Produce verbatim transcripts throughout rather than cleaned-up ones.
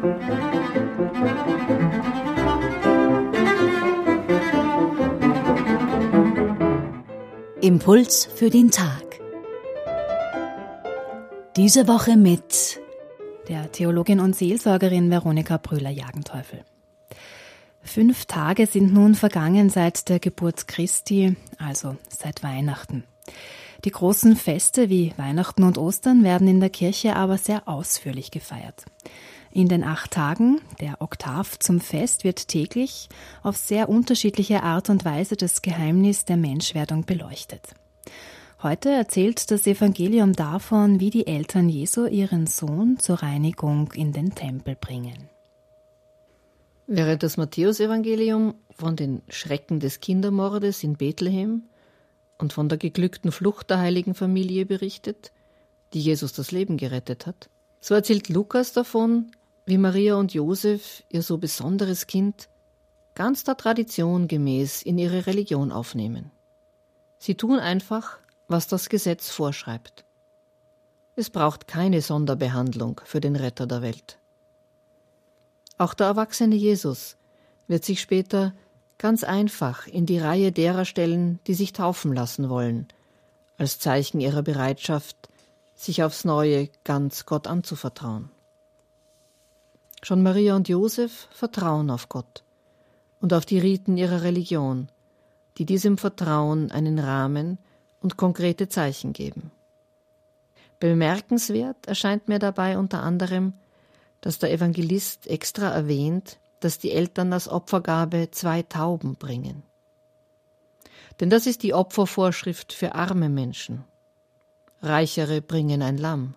Impuls für den Tag. Diese Woche mit der Theologin und Seelsorgerin Veronika Brühler-Jagenteufel. Fünf Tage sind nun vergangen seit der Geburt Christi, also seit Weihnachten. Die großen Feste wie Weihnachten und Ostern werden in der Kirche aber sehr ausführlich gefeiert. In den acht Tagen, der Oktav zum Fest, wird täglich auf sehr unterschiedliche Art und Weise das Geheimnis der Menschwerdung beleuchtet. Heute erzählt das Evangelium davon, wie die Eltern Jesu ihren Sohn zur Reinigung in den Tempel bringen. Während das Matthäusevangelium von den Schrecken des Kindermordes in Bethlehem und von der geglückten Flucht der heiligen Familie berichtet, die Jesus das Leben gerettet hat, so erzählt Lukas davon, wie Maria und Josef ihr so besonderes Kind ganz der Tradition gemäß in ihre Religion aufnehmen. Sie tun einfach, was das Gesetz vorschreibt. Es braucht keine Sonderbehandlung für den Retter der Welt. Auch der erwachsene Jesus wird sich später ganz einfach in die Reihe derer stellen, die sich taufen lassen wollen, als Zeichen ihrer Bereitschaft, sich aufs Neue ganz Gott anzuvertrauen. Schon Maria und Josef vertrauen auf Gott und auf die Riten ihrer Religion, die diesem Vertrauen einen Rahmen und konkrete Zeichen geben. Bemerkenswert erscheint mir dabei unter anderem, dass der Evangelist extra erwähnt, dass die Eltern als Opfergabe zwei Tauben bringen. Denn das ist die Opfervorschrift für arme Menschen. Reichere bringen ein Lamm.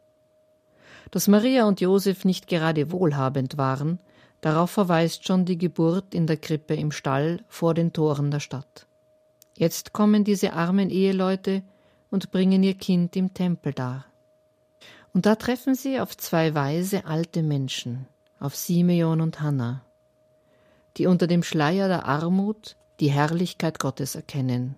Dass Maria und Josef nicht gerade wohlhabend waren, darauf verweist schon die Geburt in der Krippe im Stall vor den Toren der Stadt. Jetzt kommen diese armen Eheleute und bringen ihr Kind im Tempel dar. Und da treffen sie auf zwei weise alte Menschen, auf Simeon und Hannah, die unter dem Schleier der Armut die Herrlichkeit Gottes erkennen.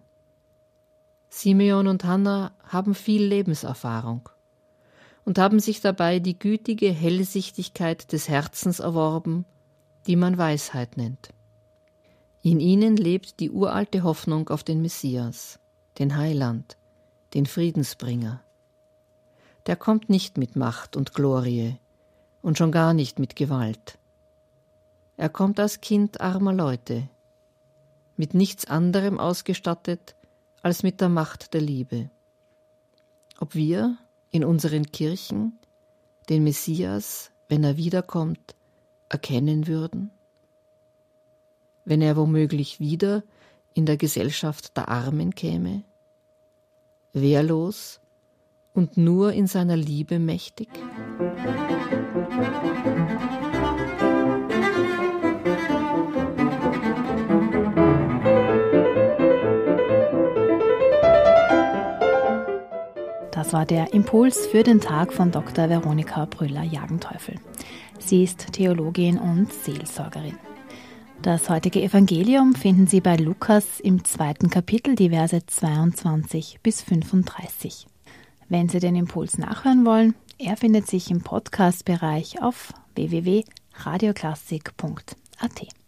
Simeon und Hannah haben viel Lebenserfahrung und haben sich dabei die gütige Hellsichtigkeit des Herzens erworben, die man Weisheit nennt. In ihnen lebt die uralte Hoffnung auf den Messias, den Heiland, den Friedensbringer. Der kommt nicht mit Macht und Glorie und schon gar nicht mit Gewalt. Er kommt als Kind armer Leute, mit nichts anderem ausgestattet als mit der Macht der Liebe. Ob wir in unseren Kirchen den Messias, wenn er wiederkommt, erkennen würden? Wenn er womöglich wieder in der Gesellschaft der Armen käme? Wehrlos und nur in seiner Liebe mächtig? Das war der Impuls für den Tag von Doktor Veronika Brühler-Jagenteufel. Sie ist Theologin und Seelsorgerin. Das heutige Evangelium finden Sie bei Lukas im zweiten Kapitel, die Verse zweiundzwanzig bis fünfunddreißig. Wenn Sie den Impuls nachhören wollen, er findet sich im Podcast-Bereich auf w w w punkt radioklassik punkt a t.